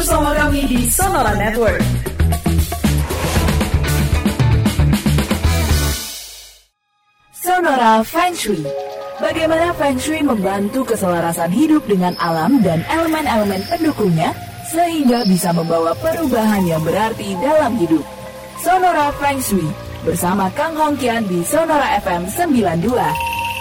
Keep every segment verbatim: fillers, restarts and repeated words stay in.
bersama kami di Sonora Network. Sonora Feng Shui. Bagaimana Feng Shui membantu keselarasan hidup dengan alam dan elemen-elemen pendukungnya sehingga bisa membawa perubahan yang berarti dalam hidup. Sonora Feng Shui bersama Kang Hongkian di Sonora F M sembilan puluh dua.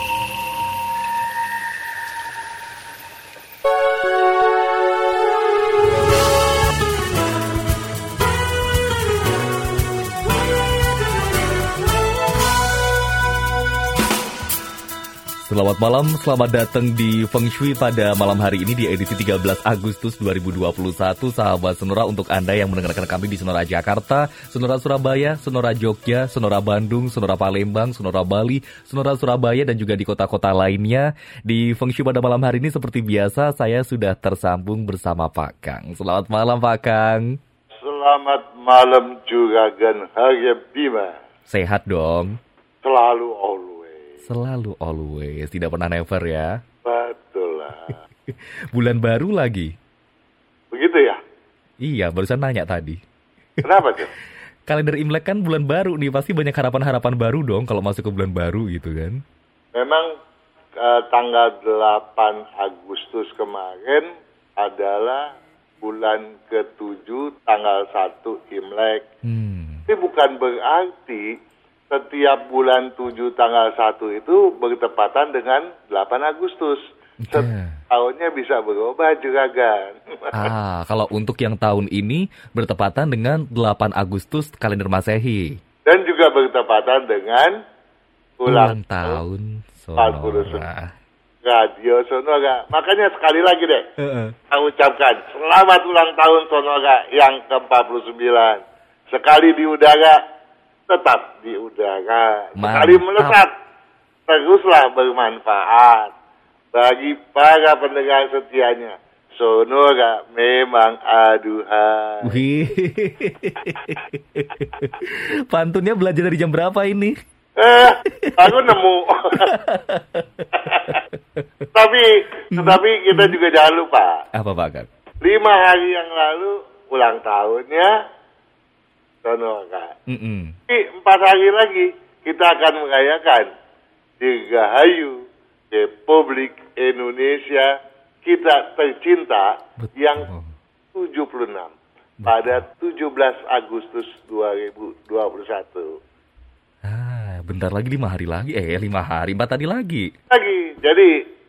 Selamat malam, selamat datang di Feng Shui pada malam hari ini di edisi tiga belas Agustus dua ribu dua puluh satu. Sahabat Sonora, untuk Anda yang mendengarkan kami di Sonora Jakarta, Sonora Surabaya, Sonora Jogja, Sonora Bandung, Sonora Palembang, Sonora Bali, Sonora Surabaya, dan juga di kota-kota lainnya. Di Feng Shui pada malam hari ini seperti biasa, saya sudah tersambung bersama Pak Kang. Selamat malam Pak Kang. Selamat malam Juragan Harya Bima. Sehat dong? Selalu always. Selalu always, tidak pernah never ya. Betul lah. Bulan baru lagi. Begitu ya? Iya, barusan nanya tadi. Kenapa tuh? Kalender Imlek kan bulan baru nih, pasti banyak harapan-harapan baru dong kalau masuk ke bulan baru gitu kan. Memang eh, tanggal delapan Agustus kemarin adalah bulan ketujuh tanggal satu Imlek. Hmm. Tapi bukan berarti setiap bulan tujuh tanggal satu itu bertepatan dengan delapan Agustus. Okay. Tahunnya bisa berubah juragan. Ah, kalau untuk yang tahun ini bertepatan dengan delapan Agustus kalender Masehi. Dan juga bertepatan dengan ulang, ulang tahun Sonora. Radio Sonora. Makanya sekali lagi deh, uh-uh. saya ucapkan selamat ulang tahun Sonora yang ke empat puluh sembilan. Sekali di udara, tetap di udara. Sekali melesat, teruslah bermanfaat bagi para pendengar setianya. Sonora memang aduhan. Wih. Pantunnya belajar dari jam berapa ini? Eh, aku nemu. tapi, tetapi kita juga jangan lupa. Apa Pak Kang? Lima hari yang lalu ulang tahunnya Sonora. Mm-mm. Di empat hari lagi kita akan merayakan Dirgahayu Republik Indonesia kita tercinta. Betul. Yang tujuh puluh enam. Betul. Pada tujuh belas Agustus dua ribu dua puluh satu. Ah, bentar lagi lima hari lagi. Eh, lima hari, empat tadi lagi. Lagi. Jadi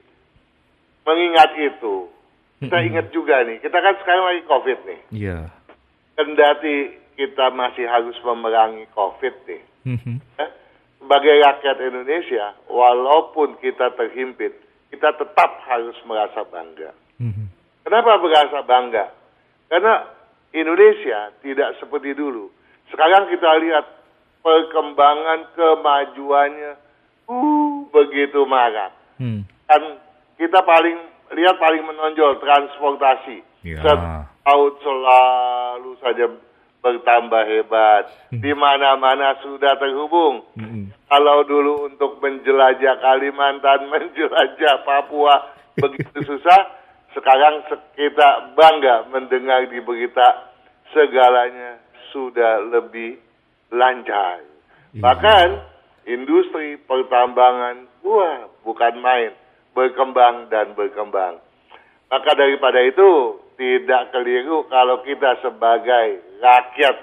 mengingat itu, kita Mm-mm. ingat juga nih, kita kan sekarang lagi COVID nih. Iya. Yeah. Kendati kita masih harus memerangi COVID nih. Mm-hmm. Eh, sebagai rakyat Indonesia, walaupun kita terhimpit, kita tetap harus merasa bangga. Mm-hmm. Kenapa merasa bangga? Karena Indonesia tidak seperti dulu. Sekarang kita lihat perkembangan kemajuannya uh, begitu marak. Mm. Dan kita paling lihat paling menonjol transportasi. Yeah. Setahun selalu saja bertambah hebat. Di mana-mana sudah terhubung. Mm-hmm. Kalau dulu untuk menjelajah Kalimantan, menjelajah Papua begitu susah, sekarang kita bangga mendengar di berita segalanya sudah lebih lancar. Yeah. Bahkan industri pertambangan, wah bukan main, berkembang dan berkembang. Maka daripada itu, tidak keliru kalau kita sebagai rakyat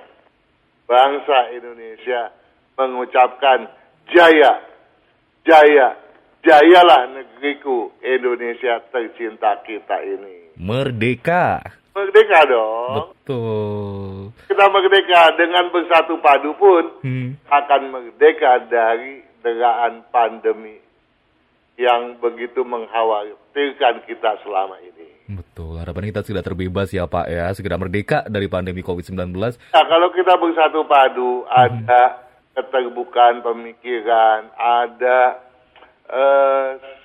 bangsa Indonesia mengucapkan jaya, jaya, jayalah negeriku Indonesia tercinta kita ini. Merdeka. Merdeka dong. Betul. Kita merdeka dengan bersatu padu pun hmm. akan merdeka dari deraan pandemi yang begitu mengkhawatirkan kita selama ini. Betul, harapan kita sudah terbebas ya Pak ya, segera merdeka dari pandemi covid sembilan belas. Nah, kalau kita bersatu padu, hmm. ada keterbukaan pemikiran, ada uh,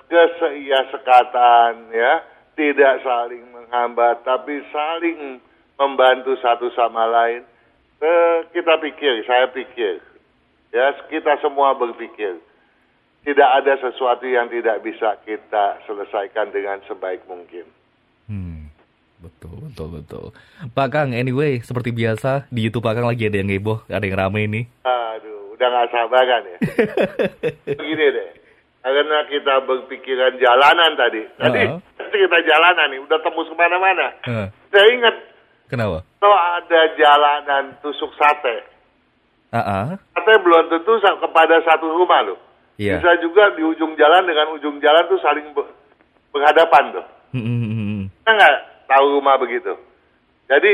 keseiasekatan ya, tidak saling menghambat, tapi saling membantu satu sama lain. Uh, kita pikir, saya pikir, ya kita semua berpikir. Tidak ada sesuatu yang tidak bisa kita selesaikan dengan sebaik mungkin. Hmm, betul. betul, betul. Pak Kang, anyway, seperti biasa, di YouTube Pak Kang lagi ada yang heboh, ada yang rame ini. Aduh, udah gak sabaran ya. Begini deh, karena kita berpikiran jalanan tadi. Tadi uh-huh. kita jalanan nih, udah tembus kemana-mana. Uh. Saya ingat. Kenapa? Kalau ada jalanan tusuk sate. Uh-uh. Sate belum tentu kepada satu rumah loh. Yeah. Bisa juga di ujung jalan dengan ujung jalan tuh saling berhadapan tuh. Mm-hmm. Kita nggak tahu rumah begitu. Jadi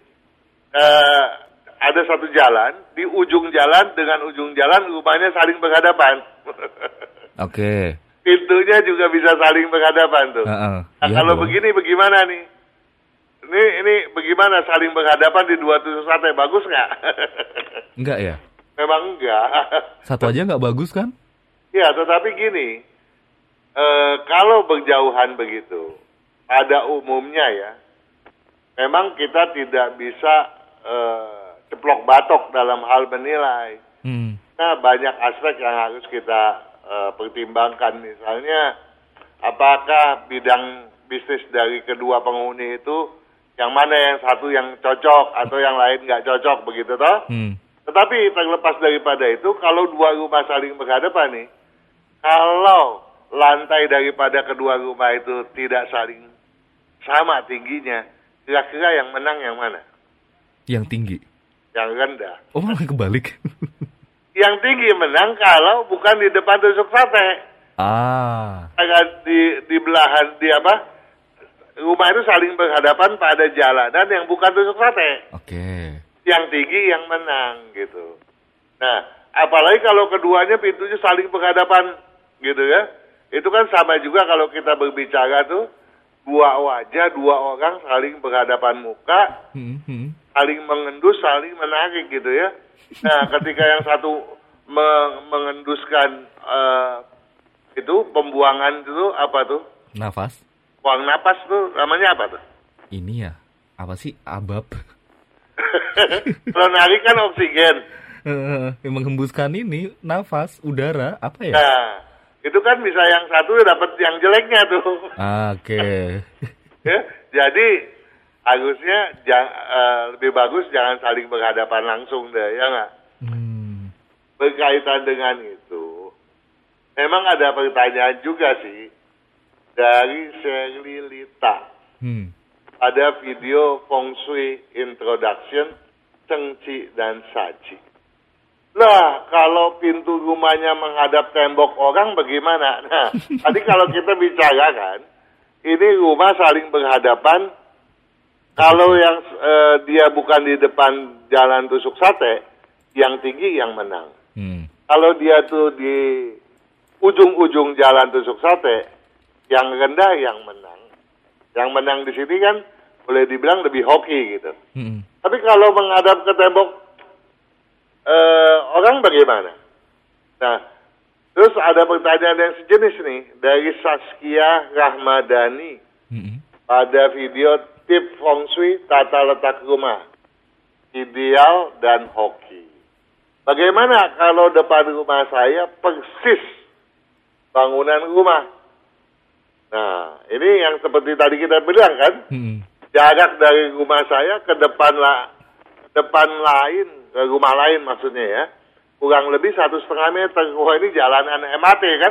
uh, ada satu jalan, di ujung jalan dengan ujung jalan rumahnya saling berhadapan. Oke. Okay. Pintunya juga bisa saling berhadapan tuh. Uh-uh. Nah, iya kalau dong. Begini bagaimana nih? Ini ini bagaimana saling berhadapan di dua tusuk sate? Bagus nggak? Enggak ya? Memang enggak. Satu aja nggak bagus kan? Ya, tetapi gini, uh, kalau berjauhan begitu. Pada umumnya ya, memang kita tidak bisa uh, ceplok batok dalam hal menilai. Hmm. Nah, banyak aspek yang harus kita uh, pertimbangkan. Misalnya, apakah bidang bisnis dari kedua penghuni itu, yang mana yang satu yang cocok atau yang lain nggak cocok, begitu toh? Hmm. Tetapi terlepas daripada itu, kalau dua rumah saling berhadapan nih, kalau lantai daripada kedua rumah itu tidak saling sama tingginya, kira-kira yang menang yang mana? Yang tinggi? Yang rendah. Oh, malah kebalik. Yang tinggi menang kalau bukan di depan tusuk sate. Ah. Di, di belahan, di apa? Rumah itu saling berhadapan pada jalanan yang bukan tusuk sate. Oke. Okay. Yang tinggi yang menang, gitu. Nah, apalagi kalau keduanya pintunya saling berhadapan, gitu ya. Itu kan sama juga kalau kita berbicara tuh, dua wajah, dua orang saling berhadapan muka, mm-hmm. saling mengendus, saling menarik gitu ya. Nah, ketika yang satu me- mengenduskan uh, itu pembuangan itu apa tuh? Nafas. Buang napas tuh namanya apa tuh? Ini ya, apa sih? Abab. Kalau narik kan oksigen. Uh, menghembuskan ini nafas, udara, apa ya? Nah, itu kan bisa yang satu dapat yang jeleknya tuh. Oke. Okay. Ya, jadi harusnya jang, uh, lebih bagus jangan saling berhadapan langsung deh, ya nggak? Hmm. Berkaitan dengan itu, memang ada pertanyaan juga sih dari Sherly Lita. Hmm. Ada video Feng Shui Introduction, Cengci dan Saji. Nah, kalau pintu rumahnya menghadap tembok orang bagaimana? Nah, tadi kalau kita bicara kan, ini rumah saling berhadapan. Kalau yang eh, dia bukan di depan jalan tusuk sate, yang tinggi yang menang. Hmm. Kalau dia tuh di ujung-ujung jalan tusuk sate, yang rendah yang menang. Yang menang di sini kan boleh dibilang lebih hoki gitu. Hmm. Tapi kalau menghadap ke tembok, Uh, orang bagaimana? Nah, terus ada pertanyaan yang sejenis nih dari Saskia Rahmadani mm-hmm. pada video tip Feng Shui tata letak rumah ideal dan hoki. Bagaimana kalau depan rumah saya persis bangunan rumah? Nah, ini yang seperti tadi kita bilang kan, mm-hmm. jarak dari rumah saya ke depan la, depan lain. Ke rumah lain maksudnya ya, kurang lebih satu setengah meter. Wah, ini jalanan M A T kan?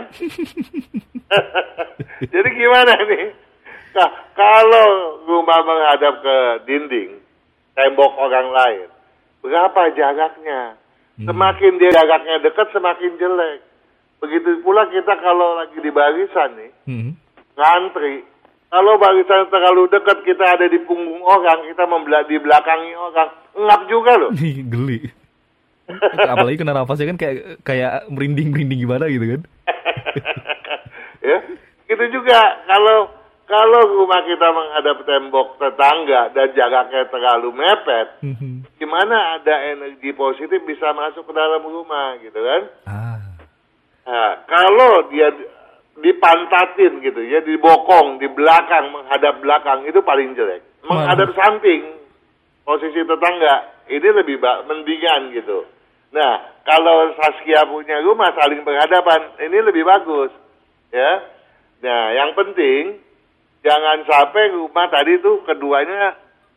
Jadi gimana nih? Nah, kalau rumah menghadap ke dinding, tembok orang lain, berapa jaraknya? Hmm. Semakin dia jaraknya dekat, semakin jelek. Begitu pula kita kalau lagi di barisan nih, hmm. ngantri. Kalau barisan terlalu dekat, kita ada di punggung orang, kita membela- di belakangi orang, ngap juga loh. Geli. Apalagi kena nafasnya kan kayak kayak merinding-merinding gimana gitu kan. Ya, gitu juga kalau kalau rumah kita menghadap tembok tetangga dan jaraknya terlalu mepet, mm-hmm. gimana ada energi positif bisa masuk ke dalam rumah gitu kan? Ah. Nah, kalau dia dipantatin gitu ya, dibokong di belakang, menghadap belakang, itu paling jelek. Menghadap Mana? Samping, posisi tetangga, ini lebih ba- mendingan gitu. Nah, kalau Saskia punya rumah saling berhadapan, ini lebih bagus ya. Nah, yang penting jangan sampai rumah tadi tuh keduanya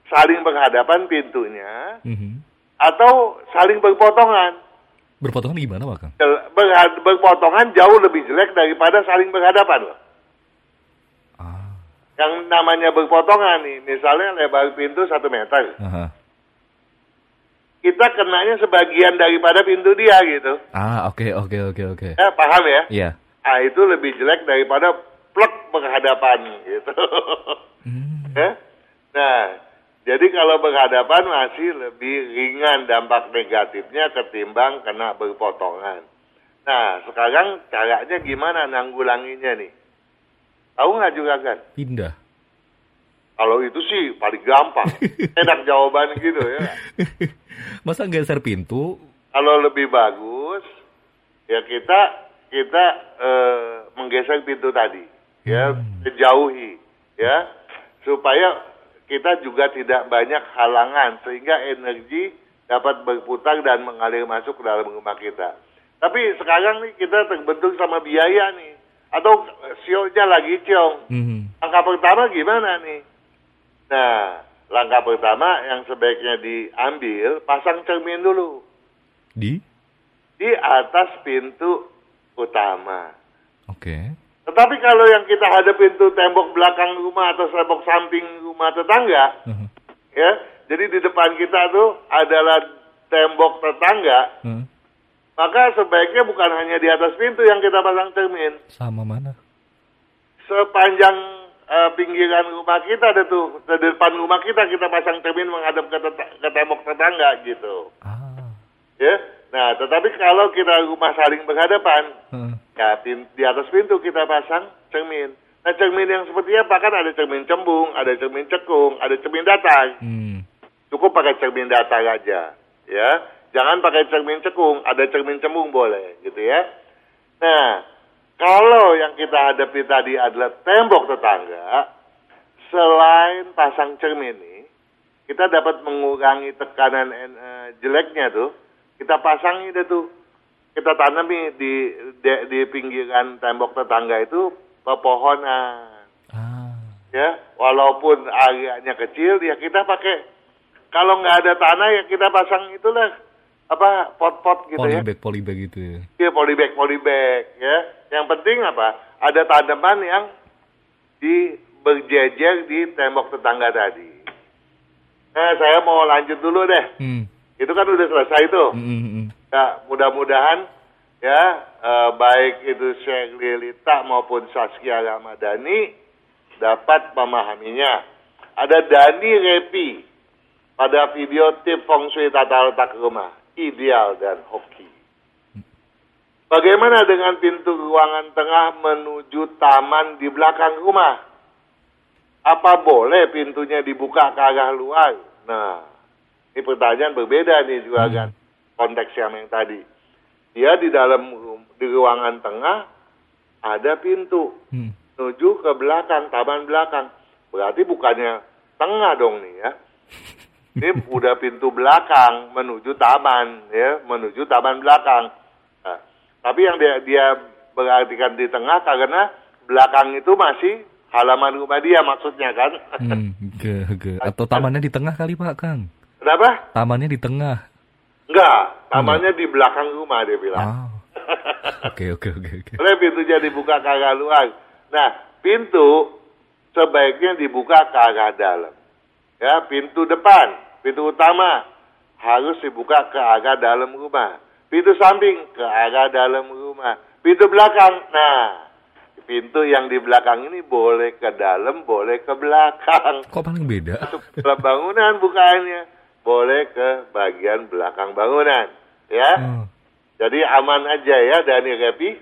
saling berhadapan pintunya, mm-hmm. atau saling berpotongan. Berpotongan gimana, Pak Kang? Ber- berpotongan jauh lebih jelek daripada saling berhadapan loh. Ah. Yang namanya berpotongan nih, misalnya lebar pintu satu meter. Uh-huh. Kita kenanya sebagian daripada pintu dia gitu. Ah, oke, okay, oke, okay, oke, okay, oke. Ya, paham ya? Iya. Yeah. Ah, itu lebih jelek daripada plek berhadapan gitu. Hmm. Ya? Nah, jadi kalau berhadapan masih lebih ringan dampak negatifnya ketimbang kena berpotongan. Nah, sekarang caranya gimana nanggulanginya nih? Tahu nggak juga kan? Pindah. Kalau itu sih paling gampang. Enak jawaban gitu ya. Masa geser pintu? Kalau lebih bagus, ya kita kita eh, menggeser pintu tadi, ya, hmm. jauhi, ya, supaya kita juga tidak banyak halangan sehingga energi dapat berputar dan mengalir masuk ke dalam rumah kita. Tapi sekarang nih kita terbentuk sama biaya nih, atau sionya lagi ciong. Hmm. Langkah pertama gimana nih? Nah, langkah pertama yang sebaiknya diambil, pasang cermin dulu. Di? Di atas pintu utama. Oke. Okay. Tetapi kalau yang kita hadapin itu tembok belakang rumah atau tembok samping rumah tetangga, uh-huh. ya, jadi di depan kita tuh adalah tembok tetangga, uh-huh. maka sebaiknya bukan hanya di atas pintu yang kita pasang cermin. Sama mana? Sepanjang uh, pinggiran rumah kita ada tuh, di depan rumah kita kita pasang cermin menghadap ke, tet- ke tembok tetangga gitu. Ah. Ya, nah tetapi kalau kita rumah saling berhadapan, uh-huh. ya, di atas pintu kita pasang cermin. Nah, cermin yang seperti apa? Kan ada cermin cembung, ada cermin cekung, ada cermin datar. Hmm. Cukup pakai cermin datar aja, ya. Jangan pakai cermin cekung, ada cermin cembung boleh, gitu ya. Nah, kalau yang kita hadapi tadi adalah tembok tetangga, selain pasang cermin ini, kita dapat mengurangi tekanan uh, jeleknya tuh. Kita pasangi deh tuh. Kita tanami di, di di pinggiran tembok tetangga itu pepohonan. Ah. Ya, walaupun areanya kecil, ya kita pakai. Kalau nggak ada tanah, ya kita pasang itulah apa pot-pot gitu polybag, ya. Polybag, polybag gitu ya. Iya, polybag, polybag ya. Yang penting apa? Ada tanaman yang di berjejer di tembok tetangga tadi. Nah, saya mau lanjut dulu deh. Hmm. Itu kan udah selesai tuh. Hmm. Ya, mudah-mudahan ya eh, baik itu Syekh Lilita maupun Saskia Ramadhani dapat memahaminya. Ada Dani Repi pada video tip feng shui tata letak rumah, ideal dan hoki. Bagaimana dengan pintu ruangan tengah menuju taman di belakang rumah? Apa boleh pintunya dibuka ke arah luar? Nah, ini pertanyaan berbeda nih juga kan, konteks yang yang tadi. Dia di dalam di ruangan tengah ada pintu hmm. menuju ke belakang, taman belakang. Berarti bukannya tengah dong nih ya. Ini udah pintu belakang menuju taman ya, menuju taman belakang. Nah, tapi yang dia dia berartikan di tengah karena belakang itu masih halaman rumah dia maksudnya kan. Hmm, ge, ge. Atau tamannya di tengah kali Pak Kang. Kenapa? Tamannya di tengah. Enggak, tamannya hmm. di belakang rumah dia bilang. Oke, oke, oke. Oleh pintunya dibuka ke arah luar. Nah, pintu sebaiknya dibuka ke arah dalam. Ya, pintu depan, pintu utama harus dibuka ke arah dalam rumah. Pintu samping ke arah dalam rumah. Pintu belakang, nah, pintu yang di belakang ini boleh ke dalam, boleh ke belakang. Kok paling beda? Masuk ke dalam bangunan bukaannya. Boleh ke bagian belakang bangunan, ya. Hmm. Jadi aman aja ya, Dani Repi.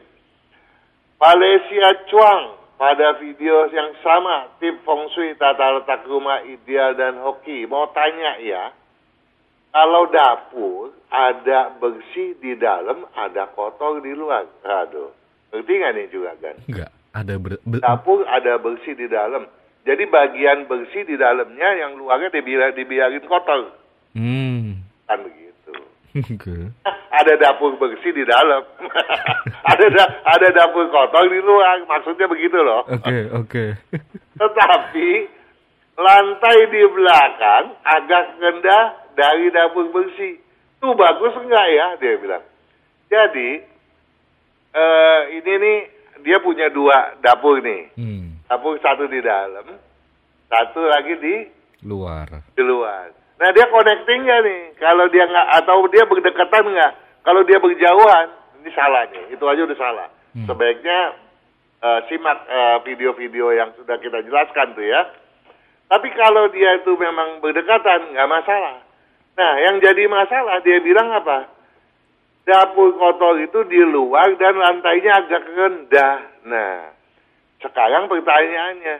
Valencia Chuang pada video yang sama, tip feng shui tata letak rumah ideal dan hoki. Mau tanya ya, kalau dapur ada bersih di dalam, ada kotor di luar. Aduh, ngerti nggak nih juga kan? Enggak, ada ber- ber- dapur ada bersih di dalam. Jadi bagian bersih di dalamnya, yang luarnya dibiar- dibiarin kotor. Hmm. Kan begitu. Okay. Ada dapur bersih di dalam. ada da- ada dapur kotor di luar. Maksudnya begitu loh. Oke, okay, oke. Okay. Tetapi lantai di belakang agak rendah dari dapur bersih. Itu bagus enggak ya? Dia bilang. Jadi, uh, ini nih, dia punya dua dapur nih. Hmm. Dapur satu di dalam, satu lagi di luar. Di luar. Nah, dia connecting nggak nih? Kalau dia nggak, atau dia berdekatan nggak? Kalau dia berjauhan, ini salah nih. Itu aja udah salah. Hmm. Sebaiknya uh, simak uh, video-video yang sudah kita jelaskan tuh ya. Tapi kalau dia itu memang berdekatan, nggak masalah. Nah, yang jadi masalah, dia bilang apa? Dapur kotor itu di luar dan lantainya agak rendah. Nah, sekarang pertanyaannya,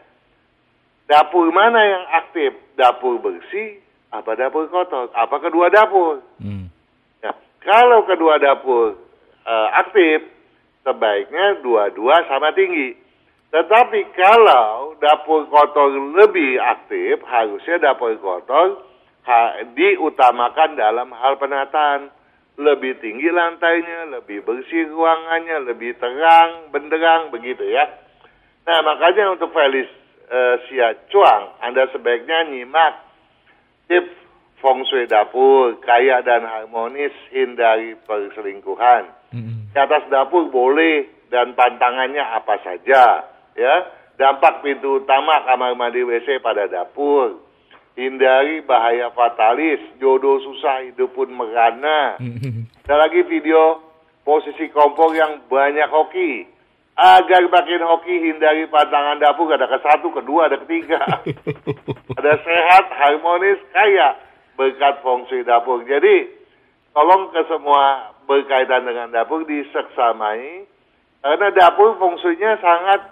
dapur mana yang aktif? Dapur bersih, apa dapur kotor? Apa kedua dapur? Hmm. Nah, kalau kedua dapur uh, aktif, sebaiknya dua-dua sama tinggi. Tetapi kalau dapur kotor lebih aktif, harusnya dapur kotor ha, diutamakan dalam hal penataan. Lebih tinggi lantainya, lebih bersih ruangannya, lebih terang, benderang, begitu ya. Nah, makanya untuk Felicia Chuang, Anda sebaiknya nyimak tips feng shui dapur, kaya dan harmonis, hindari perselingkuhan. Mm-hmm. Di atas dapur boleh dan pantangannya apa saja, ya. Dampak pintu utama, kamar mandi, W C pada dapur. Hindari bahaya fatalis, jodoh susah, hidup pun merana. Ada lagi video posisi kompor yang banyak hoki. Agar makin hoki, hindari pantangan dapur, ada ke satu, kedua, ada ketiga. Ada sehat, harmonis, kaya, berkat feng shui dapur. Jadi, tolong ke semua berkaitan dengan dapur diseksamai. Karena dapur feng shui-nya sangat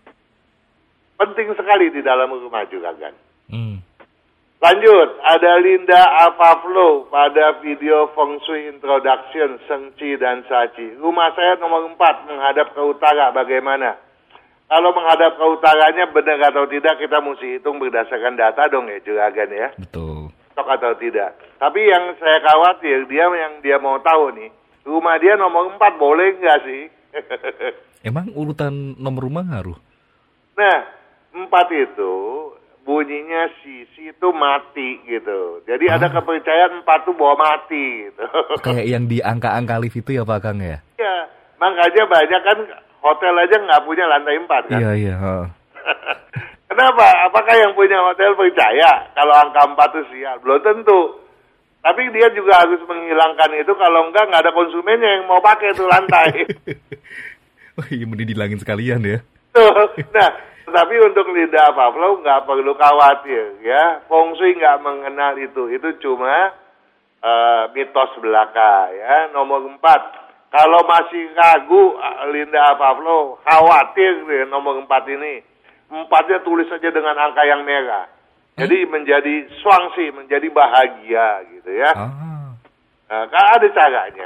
penting sekali di dalam rumah juga kan. Hmm. Lanjut, ada Linda Apavlo pada video Feng Shui Introduction, Sheng Qi dan Sha Qi. Rumah saya nomor empat, menghadap ke utara, bagaimana? Kalau menghadap ke utaranya benar atau tidak, kita mesti hitung berdasarkan data dong ya, juragan ya. Betul. Tok atau tidak. Tapi yang saya khawatir, dia yang dia mau tahu nih, rumah dia nomor empat, boleh nggak sih? Emang urutan nomor rumah ngaruh? Nah, empat itu bunyinya sisi itu mati gitu. Jadi ah. ada kepercayaan empat tuh bawa mati gitu. Kayak yang di angka-angka lift itu ya Pak Kang ya? Iya, makanya banyak kan hotel aja nggak punya lantai empat kan? Iya, iya. Oh. Kenapa? Apakah yang punya hotel percaya kalau angka empat itu sial? Belum tentu. Tapi dia juga harus menghilangkan itu, kalau enggak nggak ada konsumennya yang mau pakai itu lantai. Wah, iya mending dilangin sekalian ya. Tuh, nah. Tapi untuk Linda Apavlo nggak perlu khawatir ya, feng shui nggak mengenal itu, itu cuma uh, mitos belaka ya. Nomor empat, kalau masih ragu Linda Apavlo, khawatir ya, nomor empat ini, empatnya tulis saja dengan angka yang merah, jadi hmm? menjadi swangsi, menjadi bahagia gitu ya. Ah. Nah, kan ada caranya.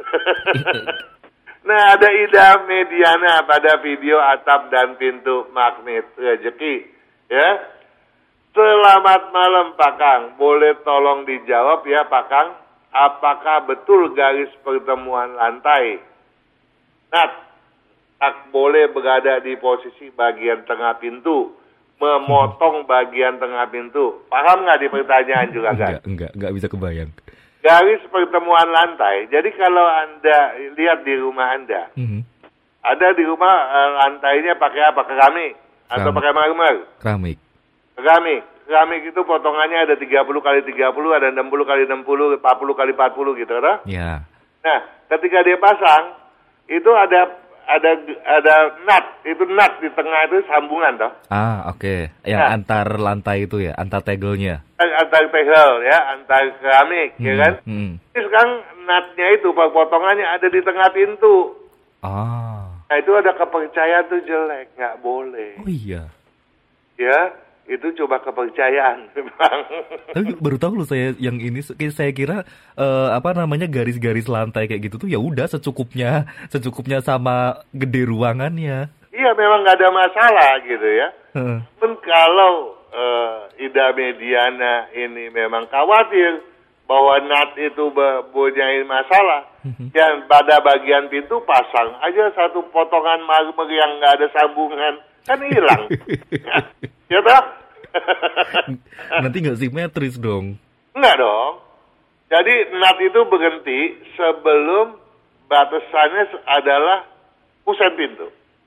Nah, ada Ida Mediana pada video atap dan pintu magnet rezeki, ya. Selamat malam Pak Kang, boleh tolong dijawab ya Pak Kang, apakah betul garis pertemuan lantai Nat tak boleh berada di posisi bagian tengah pintu, memotong bagian tengah pintu? Paham nggak di pertanyaan juga kan? Enggak, enggak, enggak bisa kebayang. Garis pertemuan lantai. Jadi kalau Anda lihat di rumah Anda, mm-hmm. ada di rumah uh, lantainya pakai apa? Keramik atau Keramik. pakai marmer? Keramik. Keramik. Keramik itu potongannya ada tiga puluh kali tiga puluh, ada enam puluh kali enam puluh, empat puluh kali empat puluh gitu kan? Iya. Nah, ketika dia pasang, itu ada ada ada nut, itu nut di tengah itu sambungan toh. Ah, oke. Okay. Yang nah, antar lantai itu ya, antar tegelnya. Antar tegel ya, antar keramik, hmm, ya kan? Hmm. Jadi sekarang nutnya itu, potongannya ada di tengah pintu. Ah. Nah, itu ada kepercayaan tuh jelek, nggak boleh. Oh iya. Ya, itu coba kepercayaan memang. Tapi baru tahu loh saya yang ini, saya kira uh, apa namanya garis-garis lantai kayak gitu tuh ya udah secukupnya, secukupnya sama gede ruangannya. Iya, memang nggak ada masalah gitu ya. Hmm. Pun kalau uh, Ida Mediana ini memang khawatir bahwa nut itu punya masalah, hmm. yang pada bagian pintu pasang aja satu potongan marmer yang nggak ada sambungan, kan hilang. Ya, ya tak? Nanti nggak simetris dong. Enggak dong. Jadi nut itu berhenti sebelum batasannya adalah kusen pintu.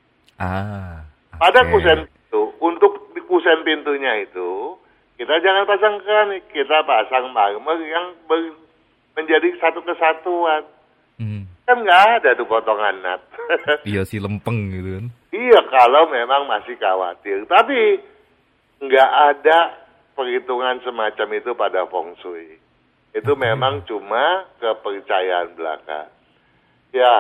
Ah. Okay. Pada kusen pintu, untuk di kusen pintunya itu, kita jangan pasang keramik, kita pasang marmer yang ber, menjadi satu kesatuan. Hmm. Kan nggak ada tuh potongan nut. Iya sih, lempeng gitu kan. Iya, kalau memang masih khawatir. Tapi nggak ada perhitungan semacam itu pada feng shui. Itu memang cuma kepercayaan belaka. Ya,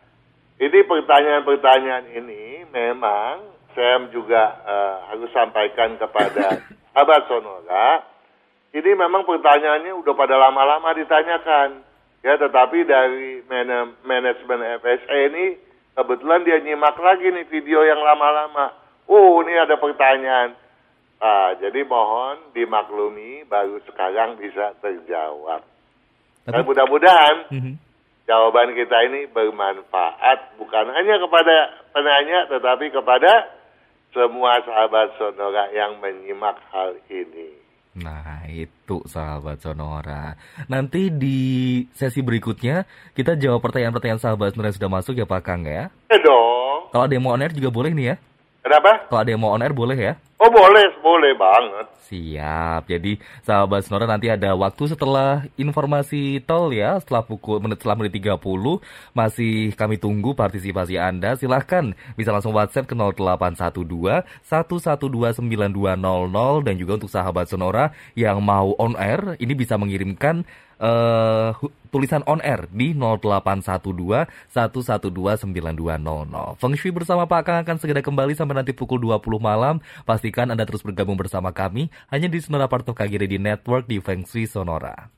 ini pertanyaan-pertanyaan ini memang saya juga uh, harus sampaikan kepada sahabat Sonora. Ini memang pertanyaannya udah pada lama-lama ditanyakan. Ya, tetapi dari man- manajemen F S A ini kebetulan dia nyimak lagi nih video yang lama-lama. Oh, ini ada pertanyaan. Ah, jadi mohon dimaklumi baru sekarang bisa terjawab. Tapi, dan mudah-mudahan mm-hmm. jawaban kita ini bermanfaat bukan hanya kepada penanya tetapi kepada semua sahabat Sonora yang menyimak hal ini. Nah, itu sahabat Sonora. Nanti di sesi berikutnya kita jawab pertanyaan-pertanyaan sahabat Sonora yang sudah masuk ya Pak Kang ya? Ya dong. Kalau ada yang mau on air juga boleh nih ya? Kenapa? Kalau ada yang mau on air boleh ya? Oh boleh, boleh banget. Siap. Jadi sahabat Sonora nanti ada waktu setelah informasi tol ya, setelah pukul menit setelah menit tiga puluh masih kami tunggu partisipasi Anda. Silahkan bisa langsung WhatsApp ke nol delapan satu dua satu satu dua sembilan dua nol nol dan juga untuk sahabat Sonora yang mau on air ini bisa mengirimkan uh, tulisan on air di nol delapan satu dua satu satu dua sembilan dua nol nol. Feng Shui bersama Pak Kang akan segera kembali sampai nanti pukul dua puluh malam. Pastikan Anda terus bergabung bersama kami hanya di Sonora Parto K G R di Network di Feng Shui Sonora.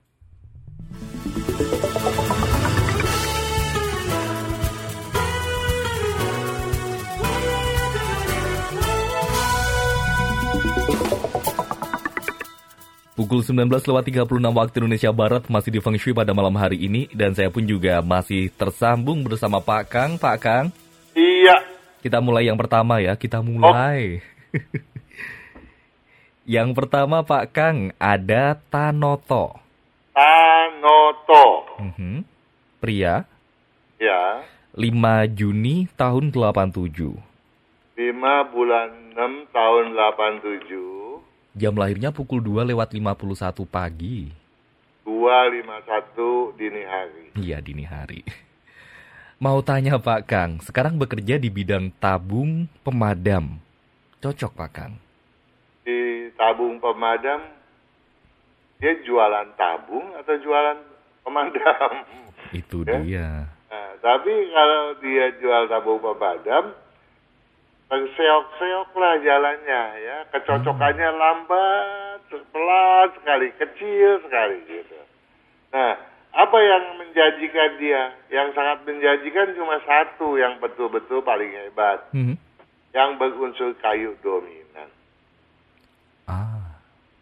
Pukul sembilan belas lewat tiga puluh enam waktu Indonesia Barat masih di Feng Shui pada malam hari ini dan saya pun juga masih tersambung bersama Pak Kang. Pak Kang. Iya. Kita mulai yang pertama ya, kita mulai. Oh. Yang pertama Pak Kang ada Tanoto. Tanoto. Mm-hmm. Pria. Ya. lima Juni tahun delapan tujuh. lima bulan enam tahun delapan tujuh. Jam lahirnya pukul dua lewat lima puluh satu pagi. dua lima satu dini hari. Iya, dini hari. Mau tanya Pak Kang, sekarang bekerja di bidang tabung pemadam. Cocok Pak Kang? Di tabung pemadam, dia jualan tabung atau jualan pemadam? Itu ya? dia. Nah, tapi kalau dia jual tabung pemadam, terseok-seok lah jalannya ya, kecocokannya hmm. lambat, pelan sekali, kecil sekali gitu. Nah, apa yang menjanjikan dia? Yang sangat menjanjikan cuma satu yang betul-betul paling hebat, hmm. yang berunsur kayu dominan. Ah,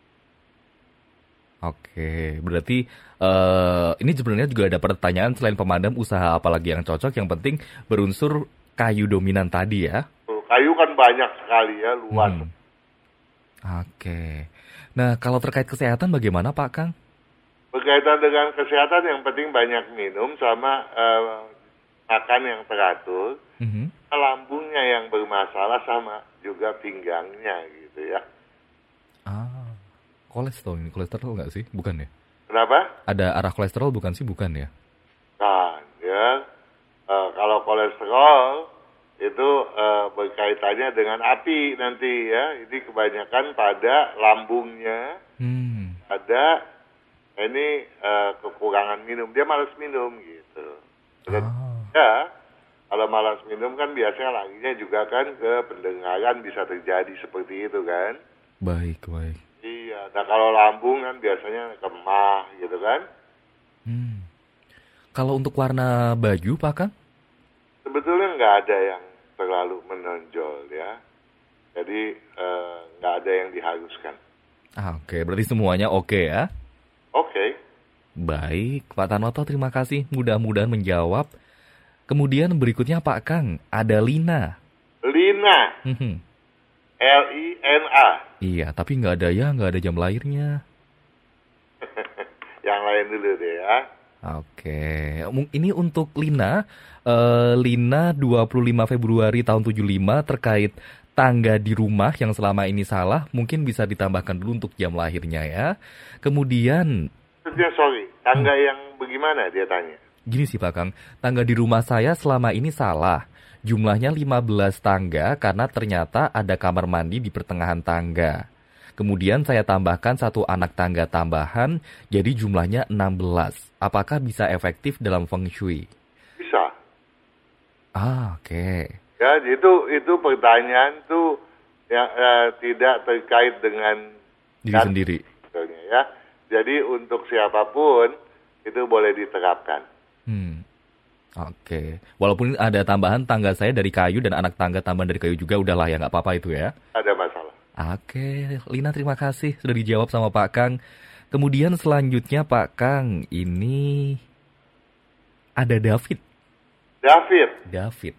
oke, okay. Berarti uh, ini sebenarnya juga ada pertanyaan selain pemadam usaha apalagi yang cocok, yang penting berunsur kayu dominan tadi ya. Kayu kan banyak sekali ya, luas. Hmm. Oke. Okay. Nah, kalau terkait kesehatan bagaimana Pak Kang? Berkaitan dengan kesehatan yang penting banyak minum sama uh, makan yang teratur. Mm-hmm. Lambungnya yang bermasalah sama juga pinggangnya gitu ya. Ah, kolesterol ini, kolesterol nggak sih? Bukan ya? Kenapa? Ada arah kolesterol bukan sih? Bukan ya? Kan ya, uh, kalau kolesterol itu uh, berkaitannya dengan api nanti ya. Ini kebanyakan pada lambungnya. Hmm. Ada ini uh, kekurangan minum. Dia malas minum gitu. Dan oh. ya, kalau malas minum kan biasanya larinya juga kan ke pendengaran, bisa terjadi seperti itu kan. Baik, baik. Iya, nah kalau lambung kan biasanya kemah gitu kan. Hmm. Kalau untuk warna baju Pak Kang? Sebetulnya nggak ada yang terlalu menonjol ya. Jadi nggak uh, ada yang diharuskan. Ah, oke, okay. Berarti semuanya oke okay, ya? Oke. Okay. Baik, Pak Tanoto terima kasih. Mudah-mudahan menjawab. Kemudian berikutnya Pak Kang, ada Lina. Lina. Mm-hmm. L I N A. Iya, tapi nggak ada ya, nggak ada jam lahirnya. Yang lain dulu deh ya. Oke, ini untuk Lina. Uh, Lina dua puluh lima Februari tahun tujuh puluh lima terkait tangga di rumah yang selama ini salah. Mungkin bisa ditambahkan dulu untuk jam lahirnya ya. Kemudian... Sorry, tangga hmm. yang bagaimana dia tanya? Gini sih Pak Kang, tangga di rumah saya selama ini salah. Jumlahnya lima belas tangga karena ternyata ada kamar mandi di pertengahan tangga. Kemudian saya tambahkan satu anak tangga tambahan, jadi jumlahnya enam belas. Apakah bisa efektif dalam Feng Shui? Bisa. Ah, oke. Okay. Ya, itu itu pertanyaan tuh yang eh, tidak terkait dengan diri kan, sendiri. Ya, jadi untuk siapapun itu boleh diterapkan. Hmm. Oke. Okay. Walaupun ada tambahan tangga saya dari kayu dan anak tangga tambahan dari kayu juga, udahlah ya nggak apa-apa itu ya. Ada masalah. Oke, Lina terima kasih sudah dijawab sama Pak Kang. Kemudian selanjutnya Pak Kang, ini ada David. David. David.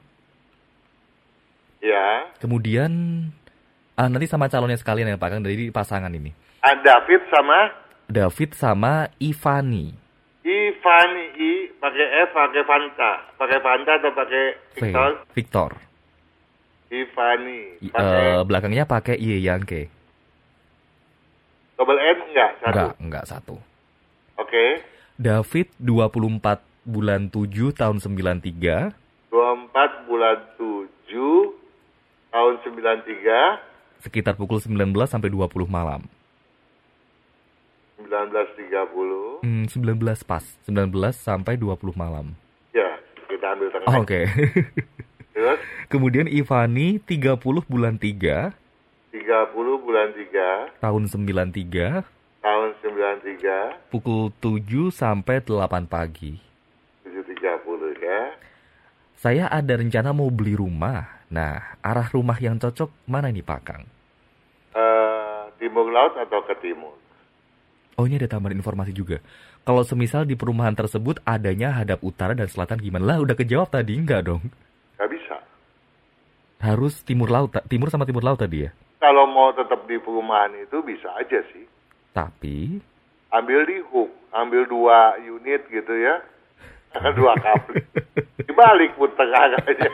Ya. Kemudian ah, nanti sama calonnya sekalian ya Pak Kang, dari pasangan ini. Ah, David sama? David sama Ivani. Ivani, I pakai F, pakai Fanta, pakai Fanta atau pakai Victor? V, Victor. Ivani. Pakai... Uh, belakangnya pakai I yang K. Double N enggak? Satu. Enggak, enggak satu. Oke. Okay. David dua puluh empat bulan tujuh tahun sembilan tiga. dua puluh empat bulan tujuh tahun sembilan tiga. Sekitar pukul sembilan belas sampai dua puluh malam. sembilan belas tiga puluh. Hmm, sembilan belas pas. sembilan belas sampai dua puluh malam. Ya, kita ambil tengah. Oh, oke. Okay. Terus? Kemudian Ivani tiga puluh bulan tiga. tiga puluh bulan tiga. Tahun sembilan tiga. Tahun sembilan tiga. Pukul tujuh sampai delapan pagi. tujuh tiga puluh ya. Saya ada rencana mau beli rumah. Nah, arah rumah yang cocok mana nih Pak Kang? Uh, timur laut atau ke timur? Oh, ini ada tambahan informasi juga. Kalau semisal di perumahan tersebut adanya hadap utara dan selatan gimana? Lah, udah kejawab tadi, enggak dong? Nggak bisa. Harus timur laut, timur sama timur laut tadi ya? Kalau mau tetap di perumahan itu bisa aja sih. Tapi? Ambil di hook, ambil dua unit gitu ya. Dua kapling. Dibalik putar aja.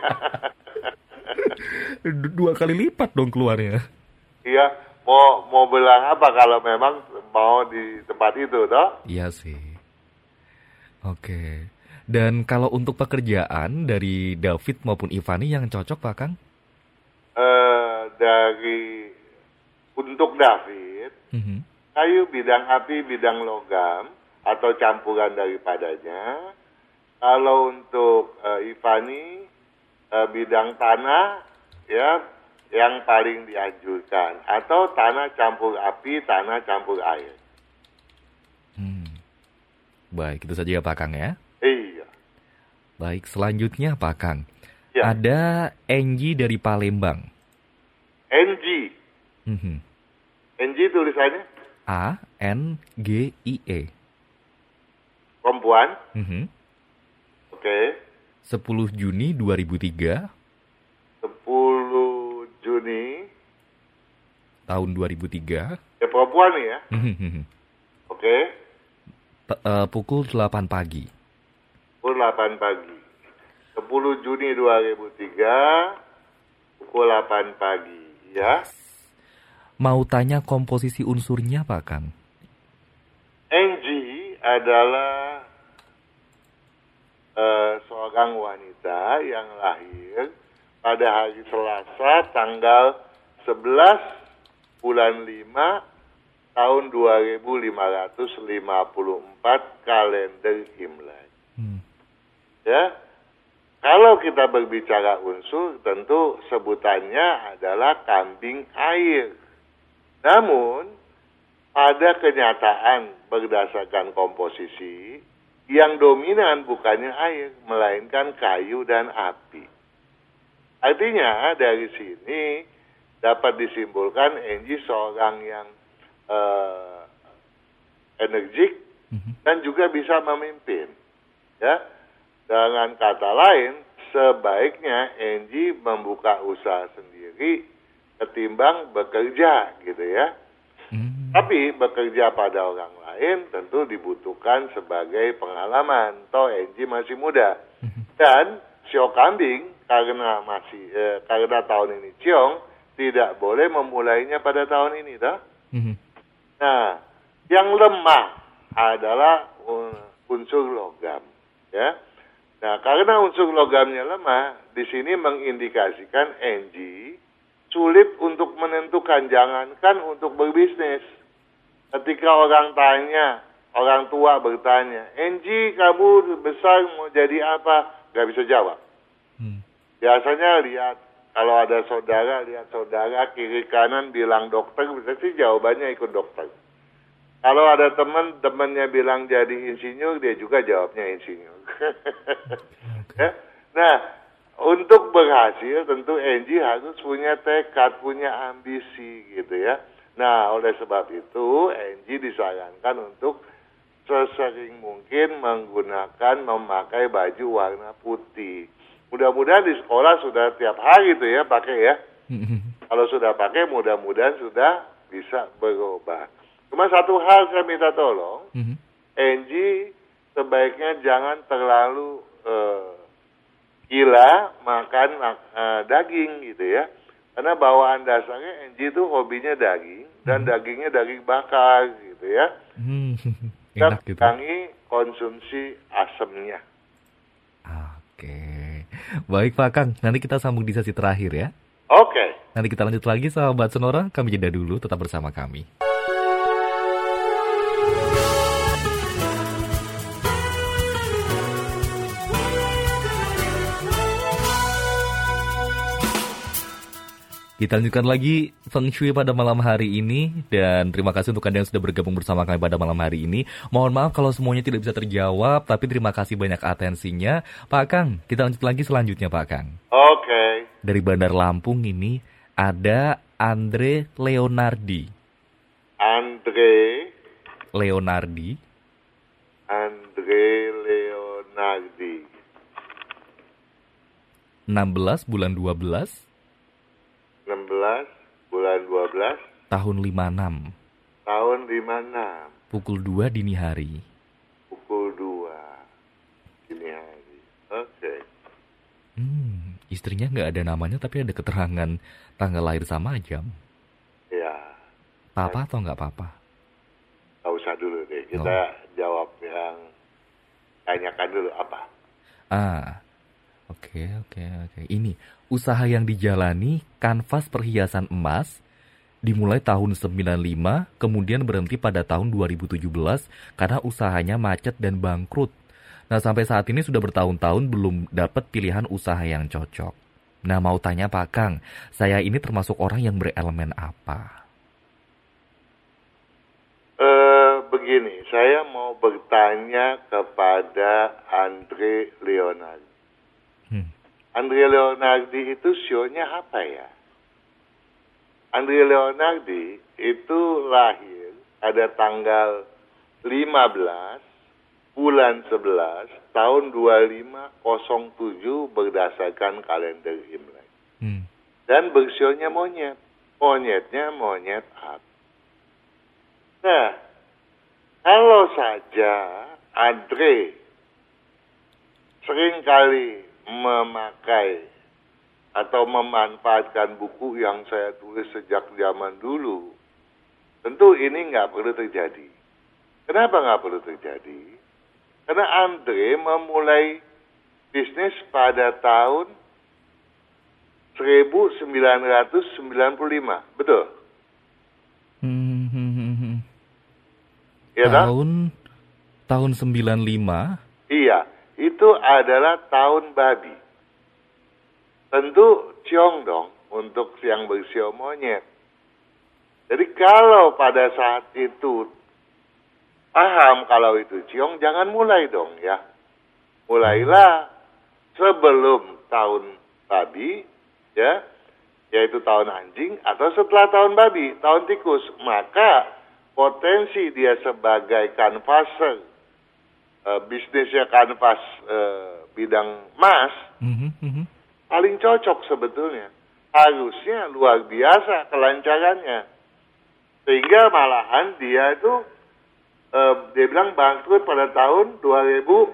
Dua kali lipat dong keluarnya. Iya, mau mau bilang apa kalau memang mau di tempat itu, toh? Iya sih. Oke. Dan kalau untuk pekerjaan dari David maupun Ivani yang cocok, Pak Kang? Uh, dari untuk David, mm-hmm. kayu bidang api, bidang logam atau campuran daripadanya. Kalau untuk uh, Ivani, uh, bidang tanah, ya, yang paling dianjurkan. Atau tanah campur api, tanah campur air. Hmm. Baik, itu saja ya Pak Kang ya? Iya. Baik, selanjutnya Pak Kang. Ya. Ada Angie dari Palembang. Angie? Mm-hmm. Angie tulisannya? A N G I E. Perempuan? Mm-hmm. Oke. Okay. sepuluh Juni dua ribu tiga. sepuluh Juni tahun dua ribu tiga. Ya perempuan nih ya. Mm-hmm. Oke. Okay. P- uh, pukul delapan pagi. Pukul delapan pagi. sepuluh Juni dua ribu tiga pukul delapan pagi, ya. Mau tanya komposisi unsurnya, Pak Kang? Angie adalah uh, seorang wanita yang lahir pada hari Selasa tanggal sebelas bulan lima tahun dua ribu lima ratus lima puluh empat kalender Imlek. Hmm. Ya. Kalau kita berbicara unsur, tentu sebutannya adalah kambing air. Namun, pada kenyataan berdasarkan komposisi, yang dominan bukannya air, melainkan kayu dan api. Artinya, dari sini dapat disimpulkan Angie seorang yang uh, energik dan juga bisa memimpin. Ya. Dengan kata lain, sebaiknya Angie membuka usaha sendiri ketimbang bekerja gitu ya. Hmm. Tapi bekerja pada orang lain tentu dibutuhkan sebagai pengalaman. Toh Angie masih muda. Hmm. Dan sio kambing karena masih eh, karena tahun ini ciong tidak boleh memulainya pada tahun ini, toh. Hmm. Nah, yang lemah adalah unsur logam, ya. Nah, karena unsur logamnya lemah, di sini mengindikasikan Angie sulit untuk menentukan, jangankan untuk berbisnis. Ketika orang tanya, orang tua bertanya, Angie kamu besar mau jadi apa? Gak bisa jawab. Hmm. Biasanya lihat, kalau ada saudara, lihat saudara kiri kanan bilang dokter, bisa sih jawabannya ikut dokter. Kalau ada teman, temannya bilang jadi insinyur, dia juga jawabnya insinyur. Okay. Nah, untuk berhasil tentu Angie harus punya tekad, punya ambisi gitu ya. Nah, oleh sebab itu Angie disarankan untuk sesering mungkin menggunakan, memakai baju warna putih. Mudah-mudahan di sekolah sudah tiap hari tuh ya pakai ya. Kalau sudah pakai mudah-mudahan sudah bisa berubah. Cuma satu hal saya minta tolong, mm-hmm. Angie sebaiknya jangan terlalu uh, gila makan uh, daging gitu ya. Karena bawaan dasarnya Angie itu hobinya daging dan mm-hmm. dagingnya daging bakar gitu ya. Mm-hmm. Enak gitu. Kurangi konsumsi asemnya. Oke, baik Pak Kang. Nanti kita sambung di sesi terakhir ya. Oke. Nanti kita lanjut lagi sahabat Sonora. Kami jeda dulu, tetap bersama kami. Kita lanjutkan lagi Feng Shui pada malam hari ini. Dan terima kasih untuk Anda yang sudah bergabung bersama kami pada malam hari ini. Mohon maaf kalau semuanya tidak bisa terjawab, tapi terima kasih banyak atensinya. Pak Kang, kita lanjut lagi selanjutnya Pak Kang. Oke. Okay. Dari Bandar Lampung ini ada Andre Leonardi. Andre Leonardi. Andre Leonardi. enam belas bulan dua belas. enam belas bulan dua belas tahun lima enam. Tahun lima enam. Pukul dua dini hari. Pukul dua dini hari. Oke. Okay. Hmm, istrinya nggak ada namanya tapi ada keterangan tanggal lahir sama jam. Ya. Papa atau nggak papa? Nggak usah dulu deh. Kita oh. jawab yang tanyakan dulu apa. Ah. Oke, oke, oke. Ini, usaha yang dijalani kanvas perhiasan emas dimulai tahun sembilan puluh lima, kemudian berhenti pada tahun dua ribu tujuh belas karena usahanya macet dan bangkrut. Nah, sampai saat ini sudah bertahun-tahun belum dapat pilihan usaha yang cocok. Nah, mau tanya Pak Kang, saya ini termasuk orang yang berelemen apa? Uh, begini, saya mau bertanya kepada Andre Leonardi. Hmm. Andre Leonardi itu sionya apa ya? Andre Leonardi itu lahir pada tanggal lima belas bulan sebelas tahun dua lima nol tujuh berdasarkan kalender Imlek. Hmm. Dan bersionya monyet. Monyetnya monyet api. Nah, kalau saja Andre seringkali memakai atau memanfaatkan buku yang saya tulis sejak zaman dulu, tentu ini nggak perlu terjadi. Kenapa nggak perlu terjadi? Karena Andre memulai bisnis pada tahun seribu sembilan ratus sembilan puluh lima, betul? Hmm, hmm, hmm, hmm. Ya, tahun tahun sembilan puluh lima. Iya. Itu adalah tahun babi. Tentu ciong dong untuk yang bersio monyet. Jadi kalau pada saat itu paham kalau itu ciong, jangan mulai dong ya. Mulailah sebelum tahun babi, ya, yaitu tahun anjing, atau setelah tahun babi, tahun tikus. Maka potensi dia sebagai kanvaser, Uh, bisnisnya kanvas uh, bidang emas, mm-hmm, mm-hmm. paling cocok sebetulnya. harusnya luar biasa kelancarannya. Sehingga malahan dia itu, eh, dia bilang bangkrut pada tahun dua ribu.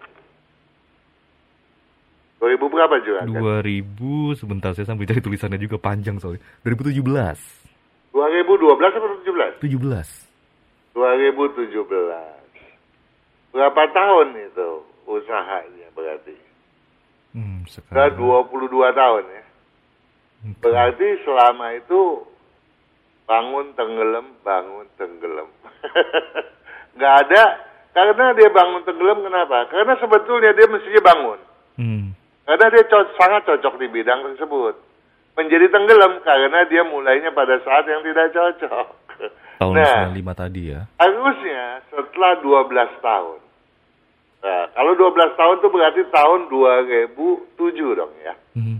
dua ribu berapa juga? dua ribu, sebentar saya sambil cari tulisannya juga panjang soalnya. dua ribu tujuh belas. dua ribu dua belas atau tujuh belas? tujuh belas. dua ribu tujuh belas. Berapa tahun itu usahanya berarti? Hmm, Sudah dua puluh dua tahun ya. Okay. Berarti selama itu bangun tenggelam, bangun tenggelam. Nggak ada, karena dia bangun tenggelam kenapa? Karena sebetulnya dia mestinya bangun. Hmm. Karena dia co- sangat cocok di bidang tersebut. Menjadi tenggelam karena dia mulainya pada saat yang tidak cocok. Tahun nah, sembilan puluh lima tadi ya. Harusnya setelah dua belas tahun. Nah, kalau dua belas tahun itu berarti tahun dua ribu tujuh dong ya.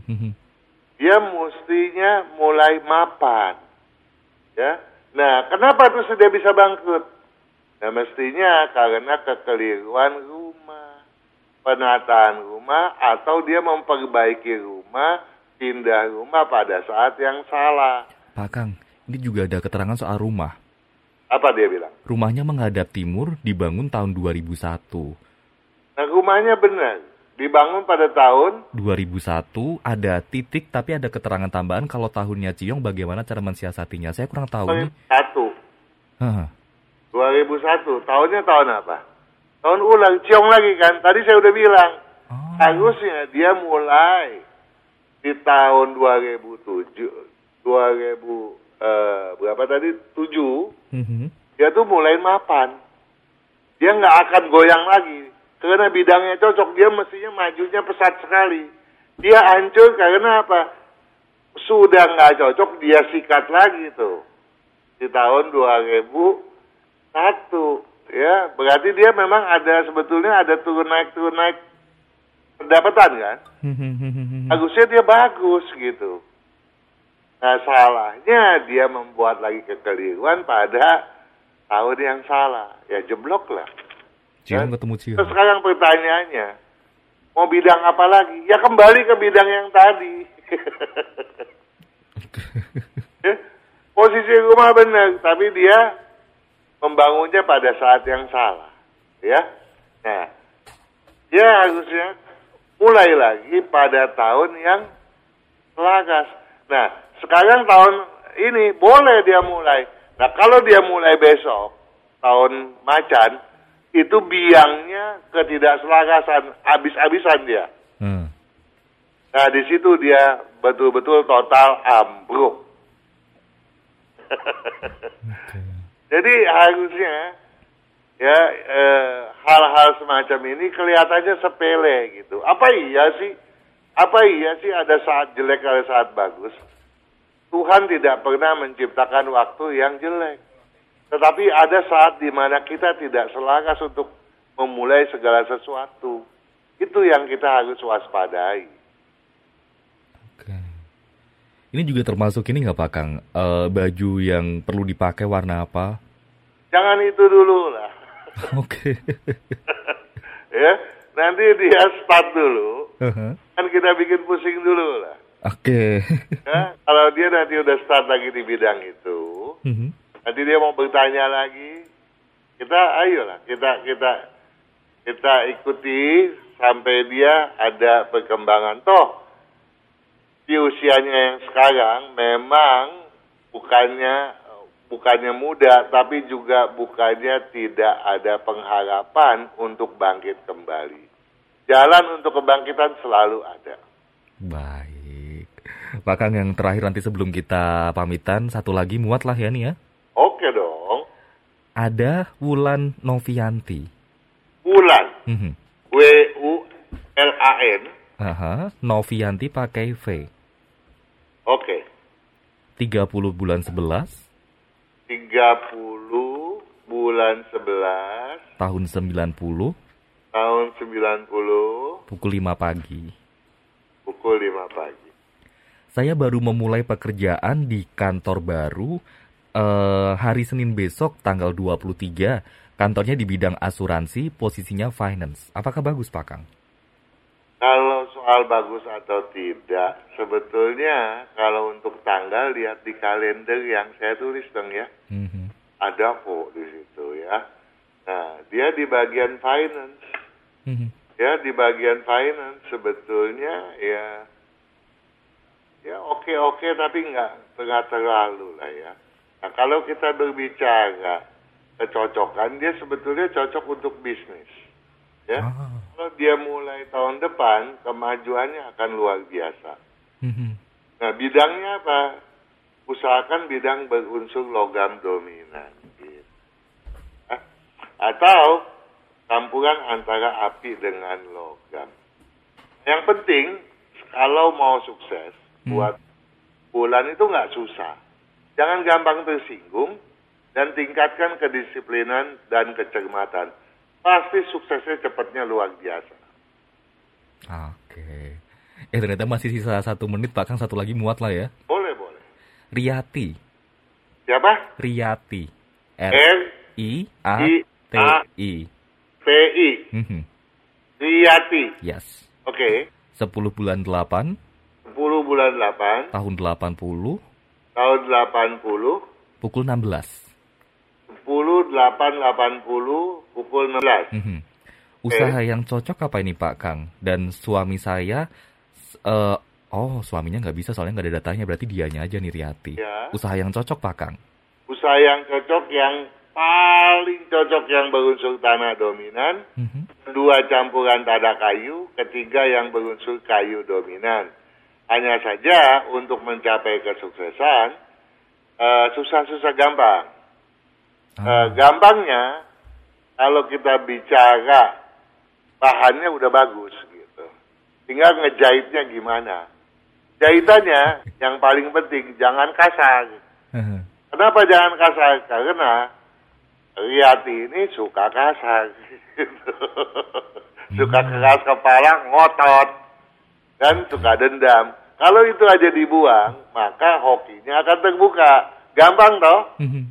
Dia mestinya mulai mapan. Ya. Nah, kenapa tuh sudah bisa bangkrut? Nah, mestinya karena kekeliruan rumah, penataan rumah, atau dia memperbaiki rumah, pindah rumah pada saat yang salah. Pak Kang, ini juga ada keterangan soal rumah. Apa dia bilang? Rumahnya menghadap timur, dibangun tahun dua ribu satu. Nah, rumahnya benar. Dibangun pada tahun dua ribu satu, ada titik tapi ada keterangan tambahan kalau tahunnya Ciong bagaimana cara mensiasatinya. Saya kurang tahu nih. Satu. Huh. dua ribu satu. Tahunnya tahun apa? Tahun ulang. Ciong lagi kan. Tadi saya udah bilang. Oh. Harusnya dia mulai di tahun dua ribu tujuh. dua ribu uh, berapa tadi? tujuh. Mm-hmm. Dia tuh mulai mapan. Dia nggak akan goyang lagi. Karena bidangnya cocok, dia mestinya majunya pesat sekali. Dia hancur karena apa? Sudah nggak cocok, dia sikat lagi tuh. Di tahun dua ribu satu. Ya, berarti dia memang ada, sebetulnya ada turun naik, turun naik pendapatan kan? Harusnya dia bagus gitu. Nah, salahnya dia membuat lagi kekeliruan pada tahun yang salah. Ya, jeblok lah. Ciong ketemu Ciong. Terus sekarang pertanyaannya, mau bidang apa lagi? Ya kembali ke bidang yang tadi. Ya, posisi rumah benar, tapi dia membangunnya pada saat yang salah. Ya, nah, dia harusnya mulai lagi pada tahun yang selaras. Nah, sekarang tahun ini boleh dia mulai. Nah, kalau dia mulai besok, tahun macan, itu biangnya ketidakselarasan, habis-habisan dia. Hmm. Nah, di situ dia betul-betul total ambruk. Okay. Jadi harusnya ya eh, hal-hal semacam ini kelihatannya sepele gitu. Apa iya sih? Apa iya sih ada saat jelek, ada saat bagus? Tuhan tidak pernah menciptakan waktu yang jelek. Tetapi ada saat di mana kita tidak selaras untuk memulai segala sesuatu. Itu yang kita harus waspadai. Oke. Ini juga termasuk ini nggak Pak Kang? E, baju yang perlu dipakai warna apa? Jangan itu dulu lah. Oke. Ya, nanti dia start dulu. Uh-huh. Kan kita bikin pusing dulu lah. Oke. Ya, kalau dia nanti udah start lagi di bidang itu. Uh-huh. Nanti dia mau bertanya lagi, kita ayolah, kita kita kita ikuti sampai dia ada perkembangan. Toh, di usianya yang sekarang memang bukannya bukannya muda, tapi juga bukannya tidak ada pengharapan untuk bangkit kembali. Jalan untuk kebangkitan selalu ada. Baik. Pak Kang, yang terakhir nanti sebelum kita pamitan, satu lagi muat lah ya nih ya. Oke dong. Ada Wulan Novianti. Wulan. Mm-hmm. W U L A N. Aha, Novianti pakai V. Oke. tiga puluh bulan sebelas. tiga puluh bulan sebelas. Tahun sembilan puluh. Tahun sembilan puluh. Pukul lima pagi. Pukul lima pagi. Saya baru memulai pekerjaan di kantor baru. Uh, hari Senin besok tanggal dua puluh tiga, kantornya di bidang asuransi, posisinya finance. Apakah bagus Pak Kang? Kalau soal bagus atau tidak, sebetulnya kalau untuk tanggal lihat di kalender yang saya tulis dong ya. Mm-hmm. Ada kok di situ ya. Nah, dia di bagian finance. Mm-hmm. Ya, di bagian finance sebetulnya ya ya oke-oke tapi nggak nggak terlalu lah ya. Nah, kalau kita berbicara kecocokan, dia sebetulnya cocok untuk bisnis. Ya, ah. Kalau dia mulai tahun depan, kemajuannya akan luar biasa. Mm-hmm. Nah, bidangnya apa? Usahakan bidang berunsur logam dominan. Gitu. Nah, atau campuran antara api dengan logam. Yang penting, kalau mau sukses, mm. buat bulan itu nggak susah. Jangan gampang tersinggung, dan tingkatkan kedisiplinan dan kecermatan. Pasti suksesnya cepatnya luar biasa. Oke. Eh ternyata masih sisa satu menit, Pak Kang, satu lagi muat lah ya. Boleh, boleh. Riyati. Siapa? Riyati. R I A T I. T I. Mm-hmm. Riyati. Yes. Oke. Okay. sepuluh bulan delapan. sepuluh bulan delapan. Tahun delapan puluh. Tahun delapan puluh. Pukul enam belas. sepuluh, delapan, delapan puluh, pukul enam belas. Mm-hmm. Usaha okay. yang cocok apa ini Pak Kang? Dan suami saya, uh, oh suaminya nggak bisa soalnya nggak ada datanya, berarti dianya aja nih Riyati. Ya. Usaha yang cocok Pak Kang? Usaha yang cocok, yang paling cocok yang berunsur tanah dominan, mm-hmm. kedua campuran tada kayu, ketiga yang berunsur kayu dominan. Hanya saja untuk mencapai kesuksesan, uh, susah-susah gampang. Uh, gampangnya kalau kita bicara bahannya udah bagus gitu, tinggal ngejahitnya gimana. Jahitannya yang paling penting jangan kasar. Kenapa jangan kasar? Karena Riyati ini suka kasar gitu. Suka keras kepala, ngotot, dan suka dendam. Kalau itu aja dibuang, maka hokinya akan terbuka. Gampang toh?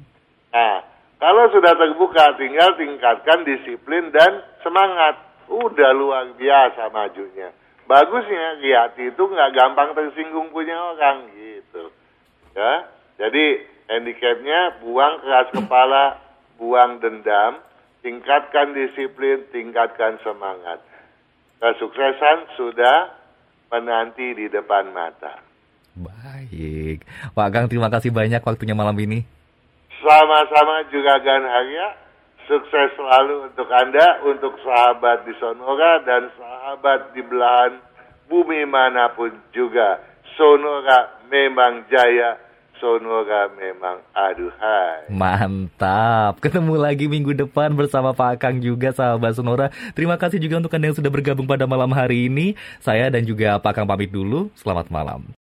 Nah, kalau sudah terbuka, tinggal tingkatkan disiplin dan semangat. Udah luar biasa majunya. Bagusnya, Riyati itu nggak gampang tersinggung punya orang, gitu. Ya, jadi handicapnya buang keras kepala, buang dendam, tingkatkan disiplin, tingkatkan semangat. Kesuksesan sudah menanti di depan mata. Baik. Pak Kang, terima kasih banyak waktunya malam ini. Sama-sama juga Ganharya, sukses selalu untuk Anda, untuk sahabat di Sonora dan sahabat di belahan bumi manapun juga. Sonora memang jaya, Sonora memang aduhai. Mantap, ketemu lagi minggu depan bersama Pak Kang juga sahabat Sonora. Terima kasih juga untuk Anda yang sudah bergabung pada malam hari ini. Saya dan juga Pak Kang pamit dulu, selamat malam.